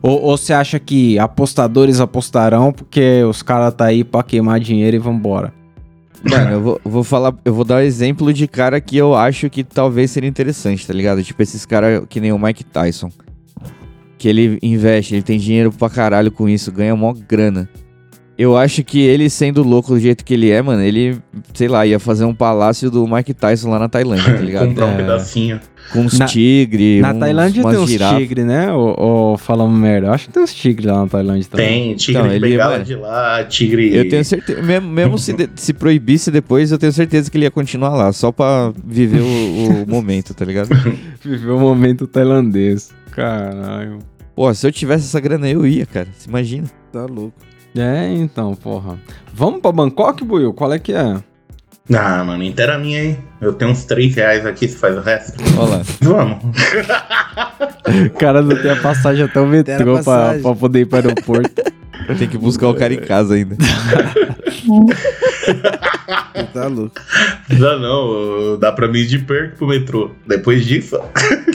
Ou, ou você acha que apostadores apostarão porque os caras tá aí pra queimar dinheiro e vambora? Mano, eu vou, vou falar, eu vou dar um exemplo de cara que eu acho que talvez seria interessante, tá ligado? Tipo, esses caras que nem o Mike Tyson. Que ele investe, ele tem dinheiro pra caralho com isso, ganha mó grana. Eu acho que ele sendo louco do jeito que ele é, mano, ele, sei lá, ia fazer um palácio do Mike Tyson lá na Tailândia, tá ligado? Comprar um É. pedacinho. Com uns Na- tigres, Na Tailândia tem uns girafas. tigres, né? Ou, ou falamos merda? Eu acho que tem uns tigres lá na Tailândia também. Tem, tigre Então, de ele, bengala mano, de lá, tigre... Eu tenho certeza, mesmo, mesmo se, de- se proibisse depois, eu tenho certeza que ele ia continuar lá, só pra viver o, o momento, tá ligado? Viveu o momento tailandês. Caralho. Pô, se eu tivesse essa grana aí, eu ia, cara, você imagina. Tá louco. É, então, porra. Vamos pra Bangkok, Buiu? Qual é que é? Ah, mano, inteira minha aí. Eu tenho uns três reais aqui, você faz o resto. Olha lá. Vamos. O cara não tem a passagem até o Tem a metrô pra, passagem. pra poder ir pro aeroporto. Tem que buscar o cara em casa ainda. Tá louco. Dá não, dá pra mim ir de perto pro metrô. Depois disso, ó,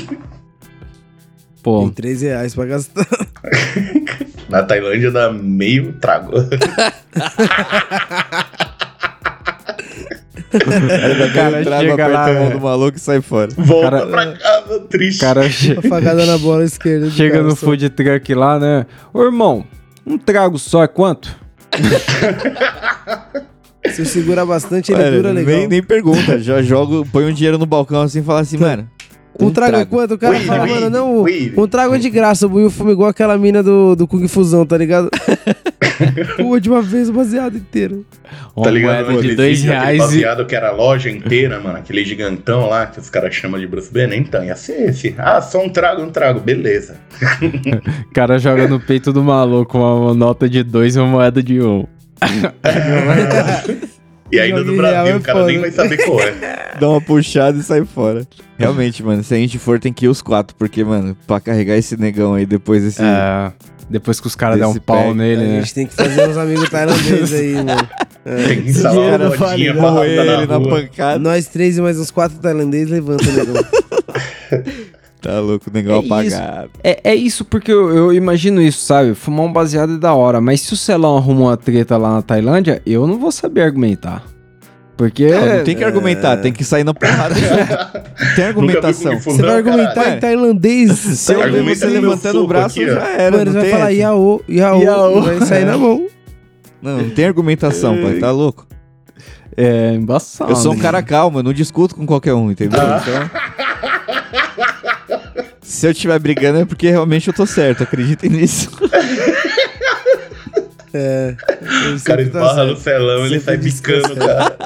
Pô, Tem três reais pra gastar. na Tailândia dá meio trago. O cara chega lá, aperta a mão né? do maluco e sai fora. Volta Cara- pra casa, triste. o cara che- Afagada na bola esquerda. do chega cara, no só. food truck lá, né? Ô, irmão, um trago só é quanto? Se eu segurar bastante, ele Mano, dura legal. nem, nem pergunta, já jogo, põe um dinheiro no balcão assim e fala assim, mano. Um trago é quanto? O cara Ui, fala, ui, mano, não, ui. um trago é de graça. O Buiu fuma igual aquela mina do, do Kung Fusão, tá ligado? Pô, de uma vez o baseado inteiro. Uma Tá ligado? moeda de Aquele dois vídeo, aquele reais e... baseado que era a loja inteira, mano. Aquele gigantão lá que os caras chamam de Bruce Banner. Então, ia ser esse. Ah, só um trago, um trago. Beleza. O cara joga no peito do maluco uma nota de dois e uma moeda de um. E ainda do Joguinho Brasil, real é o cara foda. nem vai saber qual é. Dá uma puxada e sai fora. Realmente, mano, se a gente for, tem que ir os quatro, porque, mano, pra carregar esse negão aí depois desse. É, depois que os caras dão um Desse pau pé, nele, A né? gente tem que fazer uns amigos tailandeses aí, mano. Tem que instalar Dinheiro uma rodinha vale, pra não, arrastar na ele na rua. pancada. Nós três e mais uns quatro tailandeses levanta o negão. Tá louco, o negão É isso. apagado. É, é isso porque eu, eu imagino isso, sabe? Fumar um baseado é da hora, mas se o Celão arruma uma treta lá na Tailândia, eu não vou saber argumentar. Porque... Não, não tem que argumentar, tem que sair na porrada. Tem argumentação. Nunca viu Kung Fu Você vai não, argumentar caralho? em tailandês? Se eu ver Argumenta você no meu levantando o soco braço, aqui, ó. já era. Mano, não você vai tem falar essa. Yaô, Yaô, Yaô. vai sair na mão. Não, não tem argumentação, pai, tá louco? É embaçado. Eu sou um né? cara calmo, eu não discuto com qualquer um, entendeu? Ah. Então. Se eu estiver brigando é porque realmente eu tô certo, acreditem nisso. É. O cara esbarra no celão, ele Sempre sai descansa. picando, cara.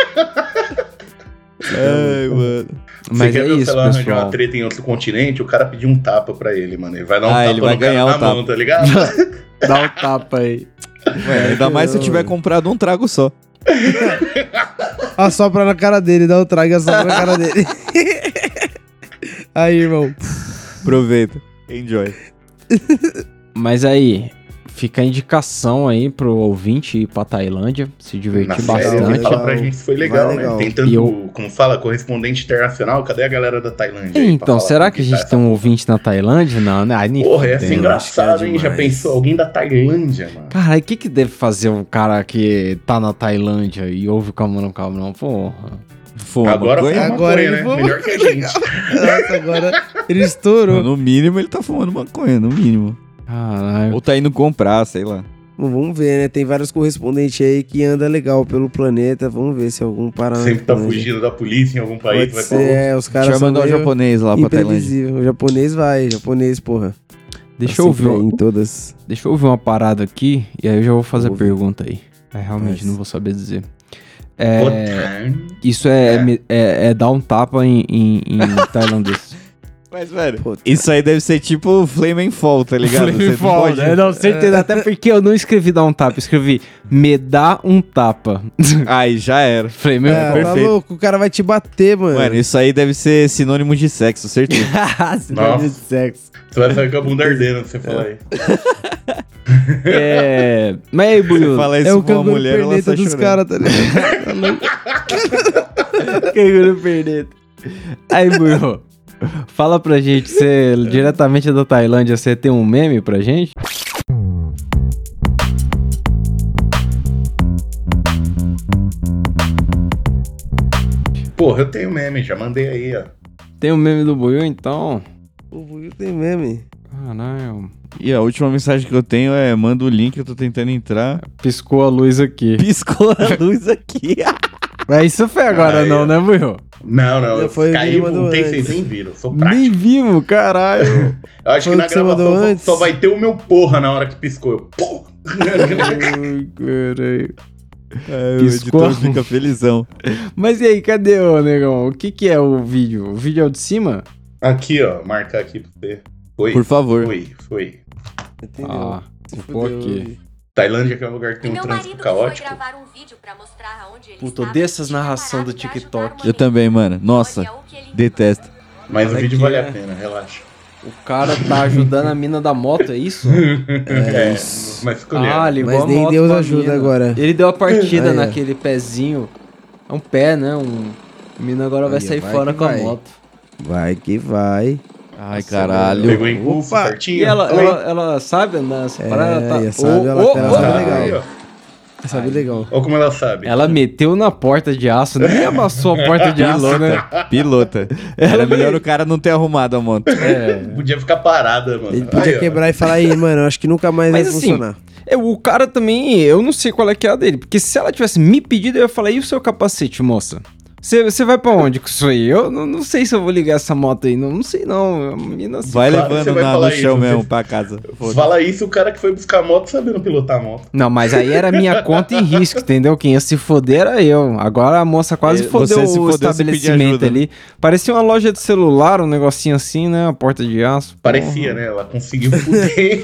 Ai, mano. Mas Você é quer ver o isso, celão arranjar pessoal. uma treta em outro continente, o cara pediu um tapa pra ele, mano. Ele vai dar um Ah, tapa ele vai no cara ganhar na o mão, tapa. tá ligado? Dá um tapa aí. Mano, ainda mais se eu tiver comprado um trago só. Assopra na cara dele, dá o trago e assopra na cara dele. Aí, irmão. Aproveita. Enjoy. Mas aí, fica a indicação aí pro ouvinte ir pra Tailândia, se Na divertir série, alguém bastante. fala pra gente se foi legal, Vai né? legal. Tem tanto, E eu- como fala, correspondente internacional. Cadê a galera da Tailândia? aí pra Então, falar será como que a tá gente essa tem um porra? ouvinte na Tailândia? Não, né? Ai, nem Porra, ia ser fudendo. engraçado, acho que é hein? Já demais. pensou? Alguém da Tailândia, mano. Cara, o que que deve fazer um cara que tá na Tailândia e ouve o Camarão Camarão? Porra. Fuma Agora foi maconha? uma Agora maconha, ele né? foi- Melhor que a gente. Nossa, agora ele estourou. No mínimo ele tá fumando maconha, no mínimo. Caralho. Ou tá indo comprar, sei lá. Bom, vamos ver, né? Tem vários correspondentes aí que anda legal pelo planeta. Vamos ver se algum para na Sempre tá Tailândia. fugindo da polícia em algum país. Pode Vai ser, pra é, os A gente caras vai são mandar o meio japonês lá pra Tailândia. imprevisível. O japonês vai, o japonês, porra. Deixa Tá eu ouvir, sempre aí um- em todas. deixa eu ouvir uma parada aqui e aí eu já vou fazer a Ouve. pergunta aí. É, realmente Mas- não vou saber dizer. É, Botan. isso é, É. me- é- é dar um tapa em, em- em tailandês. Mas, velho, Puta. isso aí deve ser tipo Flame and Fall, tá ligado? Você não pode- É, não, certeza. Até porque eu não escrevi dar um tapa, eu escrevi me dá um tapa. Aí, já era. Falei, meu, É, tá perfeito. louco, o cara vai te bater, mano. Mano, isso aí deve ser sinônimo de sexo, certeza. sinônimo de Nossa. sexo. Você vai sair com a bunda ardendo se você falar aí. É. Mas aí, Buiu, Fala isso é o pra uma canguru mulher, ela perneta sai dos chorando. caras, tá ligado? Tá louco. canguru perneta. Aí, Buiu, Fala pra gente, você diretamente da Tailândia, você tem um meme pra gente? Porra, eu tenho meme, já mandei aí, ó. Tem um meme do Buiu, então? O Buiu tem meme. Caralho. E a última mensagem que eu tenho é: manda o link, eu tô tentando entrar. Piscou a luz aqui. Piscou a luz aqui. Mas isso foi agora, Aí, não, ó. né, Buiu? Não, não, Já eu foi, caí, ele mandou voltei, antes. vocês nem viram, sou prático. Nem vimos, caralho. Eu acho Foi que o na que você mandou gravação só, antes? só vai ter o meu porra na hora que piscou. Eu, porra! Ai, caralho. É, o Piscou. editor fica felizão. Mas e aí, cadê, ô, negão? O que que é o vídeo? O vídeo é o de cima? Aqui, ó, marcar aqui pra você. Foi, Por favor. foi, foi. Entendeu? Ah, Se vou fudeu aqui. hoje. Tailândia que é um lugar que tem E um meu trânsito marido caótico. foi gravar um vídeo pra mostrar aonde ele Puta, estava odeio essas e tinha narração parado do pra TikTok. ajudar uma Eu também, mano. menina. Nossa, Olha o que ele detesto. Mas Olha o vídeo aqui, vale é. a pena, relaxa. O cara tá ajudando a mina da moto, é isso? É, isso. mas ficou Ah, lindo. ligou Mas a nem moto Deus pra ajuda mina. agora. Ele deu a partida Aí, ó. naquele pezinho. É um pé, né? Um... O menino agora vai Aí, ó, sair vai fora que com a vai. moto. Vai que vai. Ai, Nossa, caralho. Pegou impulso Opa! certinho. E ela, Oi. ela, ela sabe andar nessa É, parada? Ela tá... e sabe, ela- Ô, ô, ela ô. sabe Ah, legal. aí, ó. Sabe legal. Olha como ela sabe. Ela meteu na porta de aço, nem amassou a porta de aço, né? Pilota. Era melhor o cara não ter arrumado a moto. É. Podia ficar parada, mano. Ele podia Aí, ó. quebrar e falar aí, mano, acho que nunca mais Mas vai assim, funcionar. É, o cara também, eu não sei qual é que é a dele. Porque se ela tivesse me pedido, eu ia falar, e o seu capacete, moça? Você você vai pra onde com isso aí? Eu não, não sei se eu vou ligar essa moto aí. Não, não sei não. A menina assim... Vai Claro que levando você vai na- falar no chão isso, mesmo você- pra casa. Foda-se. Fala isso o cara que foi buscar a moto sabendo pilotar a moto. Não, mas aí era minha conta em risco, entendeu? Quem ia se foder era eu. Agora a moça quase É, fodeu você se o fodeu se pedir estabelecimento ajuda. ali. Parecia uma loja de celular, um negocinho assim, né? A porta de aço. Parecia, né? Ela conseguiu fuder.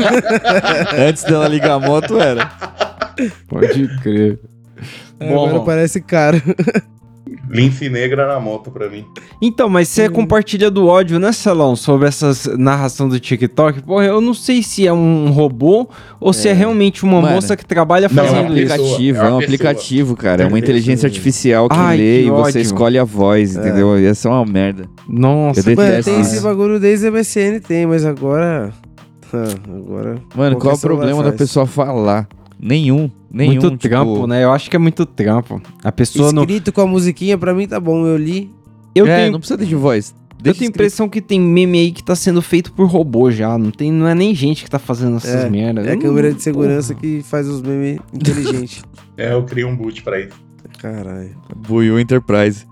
Antes dela ligar a moto, era. Pode crer. É, agora parece caro. Lince negra na moto pra mim. Então, mas você compartilha do ódio, né, Celão? Sobre essas narração do TikTok. Porra, eu não sei se é um robô ou se é realmente uma Mano, moça que trabalha não, É um fazendo isso. pessoa, aplicativo, é é uma um pessoa. aplicativo, cara. É uma É inteligência artificial que Ai, lê que e você ódio. escolhe a voz, entendeu? Ia ser uma merda. Nossa, Eu Mano, detesto tem isso. esse bagulho desde a M S N, tem, mas agora... Ah, agora... Mano, qual é o qualquer celular problema da faz. pessoa falar? Nenhum. Nenhum. muito tipo, trampo, né? Eu acho que é muito trampo. A pessoa não... Escrito com a musiquinha, pra mim tá bom, eu li. Eu é, tenho... não precisa de voz. Eu Deixa tenho a escrito. impressão que tem meme aí que tá sendo feito por robô já. Não, tem, não é nem gente que tá fazendo essas É, merdas. É a Eu não- câmera de segurança que faz os memes inteligentes. É, eu criei um boot pra isso. Caralho. Buiu Enterprise.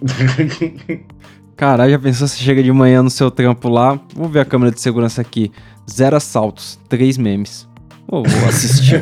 Caralho, já pensou se chega de manhã no seu trampo lá? Vou ver a câmera de segurança aqui. Zero assaltos, três memes. Pô, vou assistir.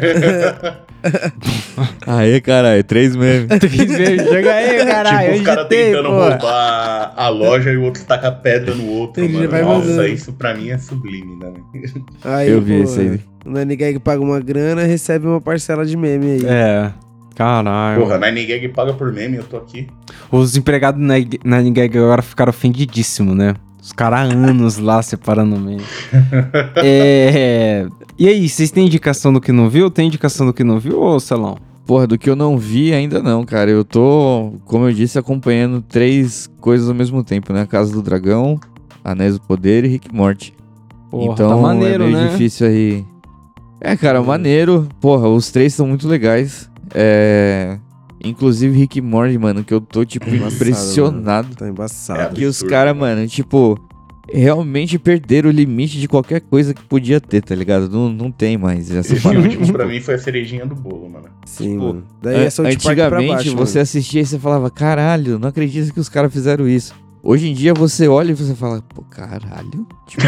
Aê, caralho, três memes. três memes, chega aí, caralho. tipo, os caras editei, tentando pô. roubar a loja e o outro taca pedra no outro, Ele mano. vai Nossa, mandando. isso pra mim é sublime, né? Aí, Eu vi pô, isso aí. O Nine Gag paga uma grana, recebe uma parcela de meme aí. É, caralho. Porra, a Nine Gag paga por meme, eu tô aqui. Os empregados na, na Ninguém agora ficaram ofendidíssimos, né? Os caras há anos lá separando meme. É... E aí, vocês têm indicação do que não viu? Tem indicação do que não viu, ô Celão? Porra, do que eu não vi ainda não, cara. Eu tô, como eu disse, acompanhando três coisas ao mesmo tempo, né? Casa do Dragão, Anéis do Poder e Rick Morty. Porra, então tá maneiro, é meio né? difícil aí. É, cara, maneiro. Porra, os três são muito legais. É... Inclusive Rick e Morty, mano, que eu tô, tipo, Embaçado, impressionado. Tá embaçado. É. Que os Absurdo, caras, mano. mano, tipo, realmente perderam o limite de qualquer coisa que podia ter, tá ligado? Não, não tem mais essa Esse parada. último pra mim foi a cerejinha do bolo, mano. Sim, Tipo, mano. Daí é South Park pra Antigamente, baixo, você mano. assistia e você falava, caralho, não acredito que os caras fizeram isso. Hoje em dia, você olha e você fala, pô, caralho. Tipo,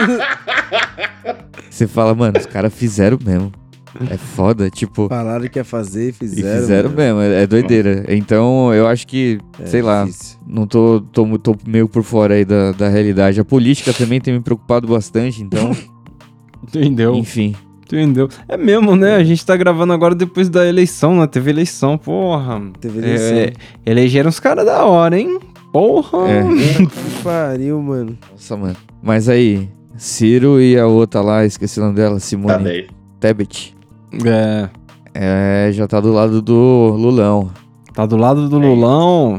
você fala, mano, os caras fizeram mesmo. É foda, tipo... Falaram que ia fazer e E fizeram. fizeram mano. mesmo, é é doideira. Então, eu acho que, É sei lá, difícil. não tô, tô, tô meio por fora aí da, da realidade. A política também tem me preocupado bastante, então, Entendeu? enfim. Entendeu? É mesmo, né? A gente tá gravando agora depois da eleição, né? Teve eleição, porra. Teve eleição. É, elegeram os caras da hora, hein? Porra! É. Que pariu, mano. Nossa, mano. Mas aí, Ciro e a outra lá, esqueci o nome dela, Tá Simone dez. Tebet. É. É, já tá do lado do Lulão. Tá do lado do Lulão.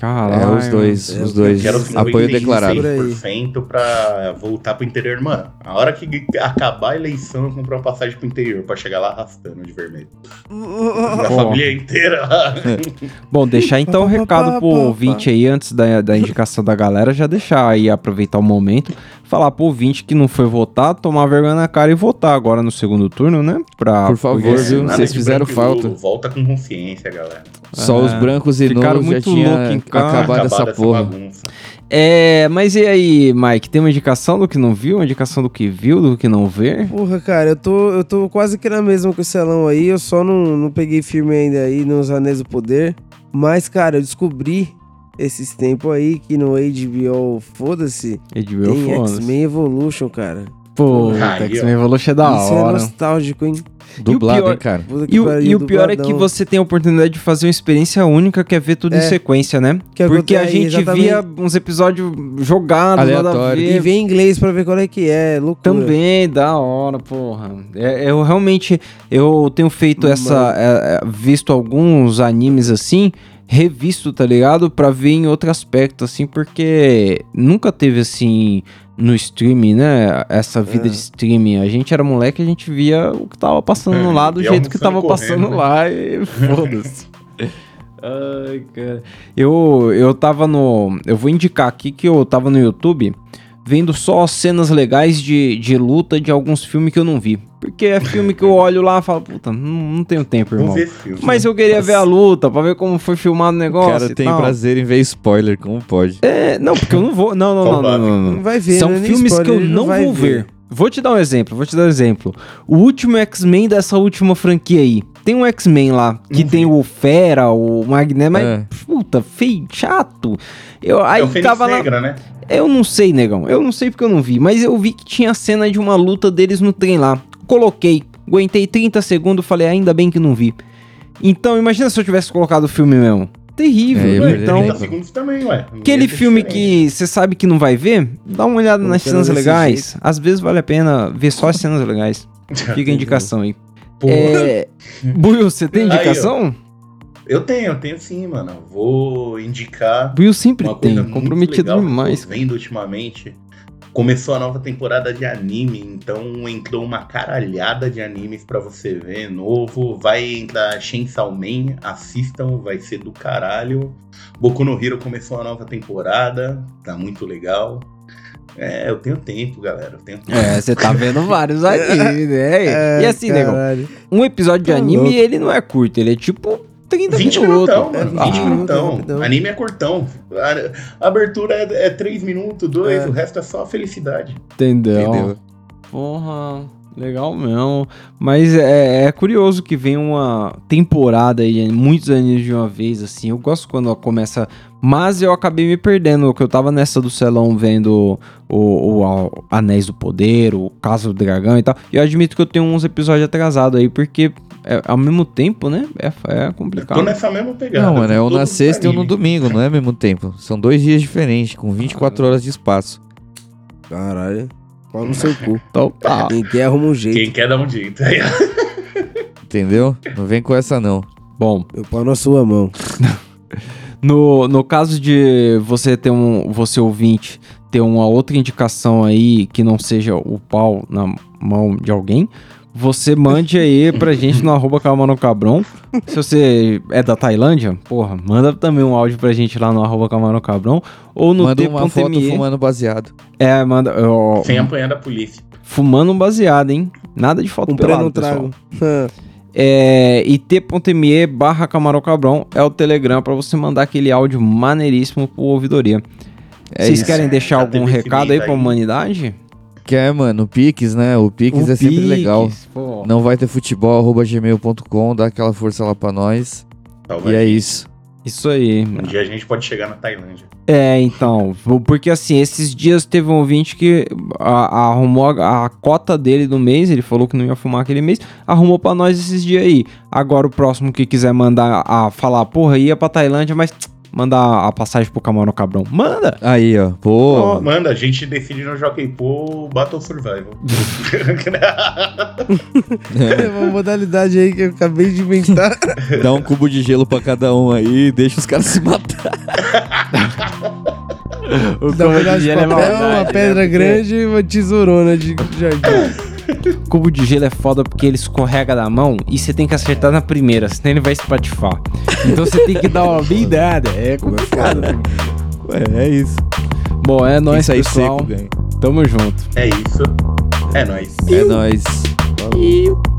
Caralho. É, os dois, É, os eu dois. Quero Apoio declarado. cinquenta e seis por cento pra voltar pro interior. Mano, a hora que acabar a eleição, eu compro uma passagem pro interior pra chegar lá arrastando de vermelho. Minha Pô. família inteira lá. Bom, deixar então o recado pro ouvinte aí, antes da, da indicação da galera, já deixar aí, aproveitar o momento, falar pro ouvinte que não foi votar, tomar vergonha na cara e votar agora no segundo turno, né? Pra, Por favor, porque- viu? Nada Vocês de fizeram branco e falta. nulo, volta com consciência, galera. Só É, os brancos e ficaram nulos já muito tinha louco em casa. acabado essa porra. bagunça. É, mas e aí, Mike, tem uma indicação do que não viu, uma indicação do que viu, do que não vê? Porra, cara, eu tô, eu tô quase que na mesma com o Celão aí. Eu só não, não peguei firme ainda aí nos Anéis do Poder. Mas, cara, eu descobri esses tempos aí que no H B O, foda-se, H B O, tem foda-se. X-Men Evolution, cara. Pô, Aí, X-Men ó. Evolution é da Isso é hora. nostálgico, hein? Dublado, pior- hein, cara? Puta que E o, pariu, e o pior é que dubladão. você tem a oportunidade de fazer uma experiência única, que é ver tudo em É. sequência, né? Que Porque a acontece- gente exatamente. via uns episódios jogados, nada a Aleatório. ver. E vem em inglês pra ver qual é que é, loucura. Também, da hora, porra. É, eu realmente, eu tenho feito Mas- essa, é, é, visto alguns animes assim, revisto, tá ligado? Pra ver em outro aspecto, assim, porque nunca teve assim no streaming, né? Essa vida É. de streaming. A gente era moleque, a gente via o que tava passando É, lá do e jeito que tava almoçando passando correndo, né? lá e foda-se. Ai, cara. Eu, eu tava no. Eu vou indicar aqui que eu tava no YouTube vendo só cenas legais de, de luta de alguns filmes que eu não vi. Porque é filme que eu olho lá e falo, puta, não, não tenho tempo, Vou irmão. ver esse filme. Mas eu queria ver a luta pra ver como foi filmado o O negócio. cara e tem tal. prazer em ver spoiler, como pode? É, não, porque eu não vou. Não, não, não, não, não, não. Não vai ver, São não é nem filmes spoiler, que eu ele não vai vou ver. ver. Vou te dar um exemplo, vou te dar um exemplo. O último X-Men dessa última franquia aí. Tem um X-Men lá, que Não tem vi. o Fera, o Magneto, mas, É. puta, feio, chato. Eu, aí É o Fênix tava lá. Negra, né? Eu não sei, negão. Eu não sei porque eu não vi. Mas eu vi que tinha cena de uma luta deles no trem lá. Coloquei. Aguentei trinta segundos. Falei, ainda bem que não vi. Então, imagina se eu tivesse colocado o filme mesmo. Terrível. É, eu né? perdi Então, tempo. trinta segundos também, ué. aquele Ia ser filme diferente. que você sabe que não vai ver, dá uma olhada Eu nas quero cenas desse legais. Às vezes vale a pena ver só as cenas legais. Fica a indicação aí. Pô, É... Buiu, você tem Aí, ó. indicação? Eu tenho, eu tenho sim, mano. Vou indicar Buiu sempre uma coisa tem. muito Comprometido legal demais. que eu tô vendo ultimamente. Começou a nova temporada de anime, então entrou uma caralhada de animes pra você ver, novo. Vai entrar Chainsaw Man, assistam, vai ser do caralho. Boku no Hero começou a nova temporada, tá muito legal. É, eu tenho tempo, galera, eu tenho tempo. É, você tá vendo vários animes, né? É, E assim, negão, caralho. um episódio de Tá anime, louco. ele não é curto, ele é tipo trinta vinte minutos. minutão, mano. É, vinte vinte minutão. rapidão. Anime é curtão. A a abertura é, é três minutos, dois, É. o resto é só felicidade. Entendeu? Entendeu? Porra, legal mesmo. Mas é, é curioso que vem uma temporada aí, muitos animes de uma vez, assim. Eu gosto quando começa. Mas eu acabei me perdendo, que eu tava nessa do Celão vendo o, o, o Anéis do Poder, o Caso do Dragão e tal. E eu admito que eu tenho uns episódios atrasados aí, porque é, ao mesmo tempo, né? É, é Eu complicado. tô nessa mesma pegada. Não, mano, é um Todos na os sexta e um no animes. domingo, não é ao mesmo tempo. São dois dias diferentes, com vinte e quatro horas de espaço. Caralho. Pau no seu cu. Então tá. Quem quer arruma um jeito. Quem quer dar um jeito. Aí, Entendeu? Não vem com essa, não. Bom, Meu pau na sua mão. No, no caso de você ter um, você ouvinte, ter uma outra indicação aí que não seja o pau na mão de alguém, você mande aí pra gente no arroba camarocabron. Se você é da Tailândia, porra, manda também um áudio pra gente lá no arroba camarocabron ou no Manda uma foto t.me. fumando baseado. É, manda, ó, sem apanhar da polícia. fumando um baseado, hein? Nada de foto Comprando pelado, um pessoal. trago. É, e t.me barra camarocabron é o Telegram pra você mandar aquele áudio maneiríssimo pro ouvidoria. É Vocês isso. querem deixar Já algum teve esse recado aí mito pra aí. humanidade? Que é, mano, o Pix, né? O Pix O é sempre Pix, legal. pô. Não vai ter futebol, arroba gmail ponto com, dá aquela força lá pra nós. Salva E a é gente. isso. Isso aí. Um dia a gente pode chegar na Tailândia. É, então, porque assim, esses dias teve um ouvinte que a- a- arrumou a, a cota dele do mês, ele falou que não ia fumar aquele mês, arrumou pra nós esses dias aí. Agora o próximo que quiser mandar a falar, porra, ia pra Tailândia, mas mandar a passagem pro Camarão Cabrão. Manda! Aí, ó. Pô. Oh, manda, a gente decide no Jockey Pô Battle Survival. É uma modalidade aí que eu acabei de inventar. Dá um cubo de gelo pra cada um aí, deixa os caras se matar. O Dá uma de gelo é papel, maldade, uma né? pedra Porque grande e uma tesourona de jardim. Cubo de gelo é foda porque ele escorrega da mão e você tem que acertar na primeira, senão ele vai espatifar. Então você tem que dar uma bem dada. É complicado, né? Ué, é isso. Bom, é nóis, aí pessoal. seco, ganha. Tamo junto. É isso. É nóis. É nóis. Falou.